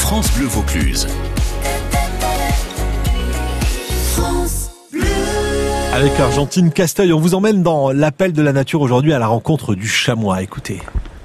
France Bleu Vaucluse. Avec Argentine Casteuil, on vous emmène dans l'appel de la nature aujourd'hui à la rencontre du chamois. Écoutez.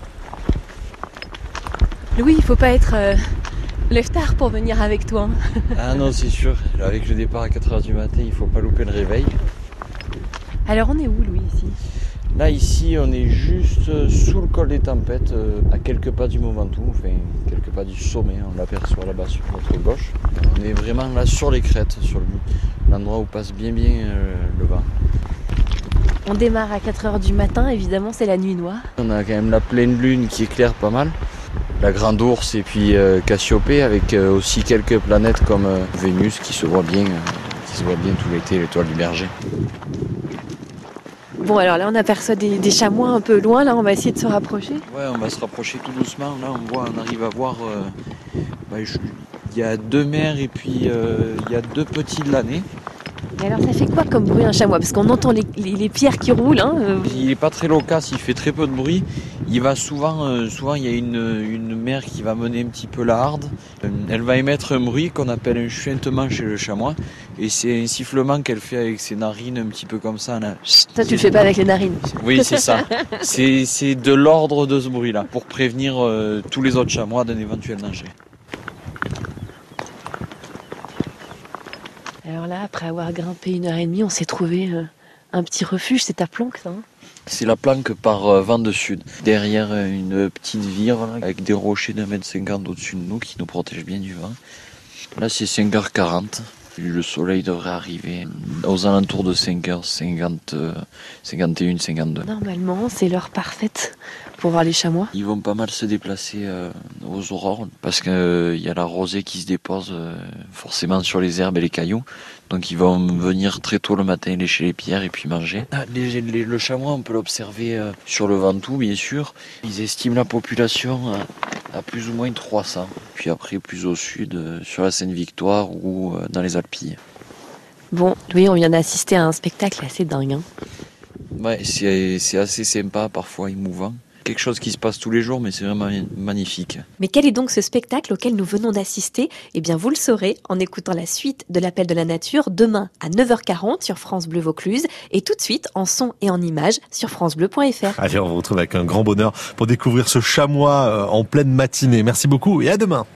Louis, il faut pas être lève-tard pour venir avec toi. Ah non, c'est sûr. Avec le départ à 4h du matin, il faut pas louper le réveil. Alors on est où, Louis, ici ? Là, ici, on est juste sous le col des tempêtes, à quelques pas du Mont Ventoux, enfin quelques pas du sommet, on l'aperçoit là-bas sur notre gauche. On est vraiment là sur les crêtes, sur l'endroit où passe bien le vent. On démarre à 4h du matin, évidemment c'est la nuit noire. On a quand même la pleine lune qui éclaire pas mal, la grande ours et puis Cassiopée, avec aussi quelques planètes comme Vénus qui se voit bien tout l'été, l'étoile du Berger. Bon, alors là on aperçoit des chamois un peu loin, là on va essayer de se rapprocher. Ouais, on va se rapprocher tout doucement. Là, on arrive à voir. Il y a 2 mères et puis il y a 2 petits de l'année. Et alors ça fait quoi comme bruit un chamois ? Parce qu'on entend les pierres qui roulent. Il n'est pas très loquace, il fait très peu de bruit. Il va souvent il y a une mère qui va mener un petit peu la harde. Elle va émettre un bruit qu'on appelle un chuintement chez le chamois. Et c'est un sifflement qu'elle fait avec ses narines un petit peu comme ça. Là. Ça tu le fais pas avec les narines. Oui, c'est ça. C'est de l'ordre de ce bruit-là, pour prévenir tous les autres chamois d'un éventuel danger. Alors là, après avoir grimpé 1h30, on s'est trouvé un petit refuge. C'est ta planque, ça, hein ? C'est la planque par vent de sud. Derrière une petite vire là, avec des rochers d'1,50 m au-dessus de nous qui nous protègent bien du vent. Là, c'est 5h40. Le soleil devrait arriver aux alentours de 5h50, 51, 52. Normalement, c'est l'heure parfaite pour voir les chamois. Ils vont pas mal se déplacer aux aurores parce qu'il y a la rosée qui se dépose forcément sur les herbes et les cailloux. Donc ils vont venir très tôt le matin lécher les pierres et puis manger. Le chamois, on peut l'observer sur le Ventoux, bien sûr. Ils estiment la population à plus ou moins 300. Puis après, plus au sud, sur la Sainte-Victoire ou dans les Alpilles. Bon, Louis, on vient d'assister à un spectacle assez dingue. Ouais, c'est assez sympa, parfois émouvant. Quelque chose qui se passe tous les jours, mais c'est vraiment magnifique. Mais quel est donc ce spectacle auquel nous venons d'assister ? Eh bien, vous le saurez en écoutant la suite de l'appel de la nature demain à 9h40 sur France Bleu Vaucluse et tout de suite en son et en images sur francebleu.fr. Allez, on vous retrouve avec un grand bonheur pour découvrir ce chamois en pleine matinée. Merci beaucoup et à demain.